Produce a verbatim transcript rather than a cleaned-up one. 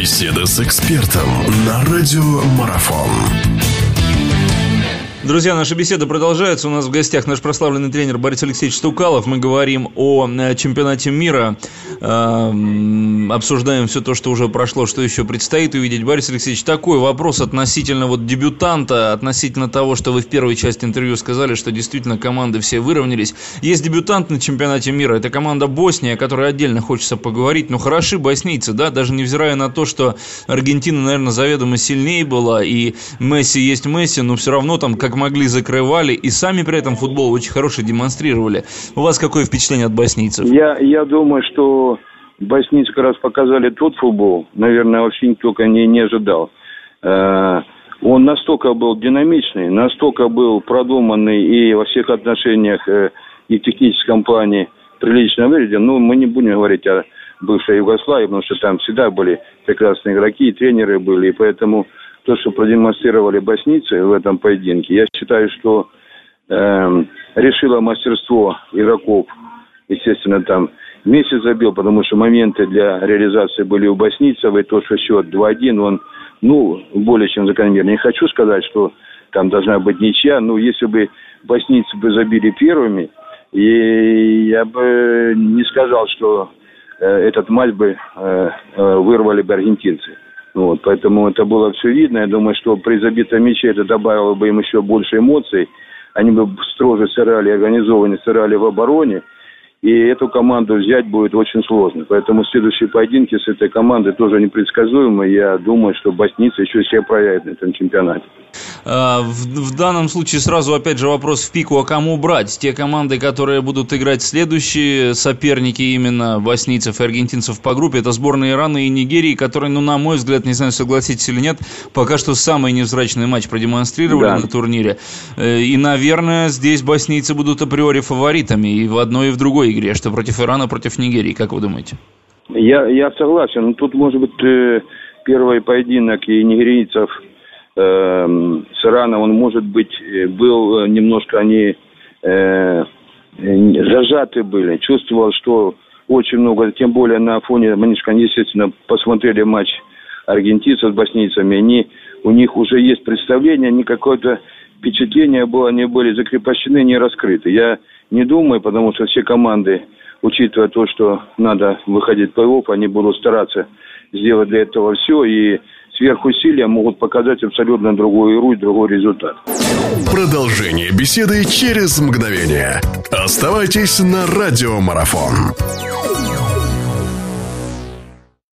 Беседа с экспертом на радио Марафон. Друзья, наша беседа продолжается. У нас в гостях наш прославленный тренер Борис Алексеевич Стукалов. Мы говорим о чемпионате мира, э, обсуждаем все то, что уже прошло, что еще предстоит увидеть. Борис Алексеевич, такой вопрос относительно вот дебютанта, относительно того, что вы в первой части интервью сказали, что действительно команды все выровнялись. Есть дебютант на чемпионате мира, это команда Босния, о которой отдельно хочется поговорить. Но хороши боснийцы, да, даже невзирая на то, что Аргентина, наверное, заведомо сильнее была, и Месси есть Месси, но все равно там как могли закрывали, и сами при этом футбол очень хороший демонстрировали. У вас какое впечатление от боснийцев? Я, я думаю, что боснийцы как раз показали тот футбол, наверное, вообще никто не, не ожидал. Э, он настолько был динамичный, настолько был продуманный и во всех отношениях, э, и в техническом плане прилично выглядел. Ну, мы не будем говорить о бывшей Югославии, потому что там всегда были прекрасные игроки, и тренеры были, и поэтому то, что продемонстрировали боснийцы в этом поединке, я считаю, что э, решило мастерство игроков. Естественно, там Месси забил, потому что моменты для реализации были у боснийцев, и то, что счет два-один, он, ну, более чем закономерный. Не хочу сказать, что там должна быть ничья, но если бы боснийцы бы забили первыми, и я бы не сказал, что э, этот матч бы э, э, вырвали бы аргентинцы. Вот, поэтому это было все видно. Я думаю, что при забитом мяче это добавило бы им еще больше эмоций. Они бы строже сыграли, организованно сыграли в обороне. И эту команду взять будет очень сложно. Поэтому следующие поединки с этой командой тоже непредсказуемы. Я думаю, что боснийцы еще себя проявят на этом чемпионате. В, в данном случае сразу опять же вопрос в пику, а кому брать? Те команды, которые будут играть следующие соперники именно боснийцев и аргентинцев по группе, это сборные Ирана и Нигерии, которые, ну, на мой взгляд, не знаю, согласитесь или нет, пока что самый невзрачный матч продемонстрировали, да, на турнире. И, наверное, здесь боснийцы будут априори фаворитами и в одной, и в другой игре, что против Ирана, против Нигерии. Как вы думаете? Я, я согласен. Тут, может быть, первый поединок и нигерийцев с Ираном, он, может быть, был немножко, они э, зажаты были. Чувствовал, что очень много, тем более на фоне, мы, естественно, посмотрели матч аргентинцев с боснийцами, они, у них уже есть представление, они какое-то впечатление было, они были закрепощены, не раскрыты. Я не думаю, потому что все команды, учитывая то, что надо выходить в плей-офф, они будут стараться сделать для этого все, и сверхусилия могут показать абсолютно другую игру и другой результат. Продолжение беседы через мгновение. Оставайтесь на радио Марафон.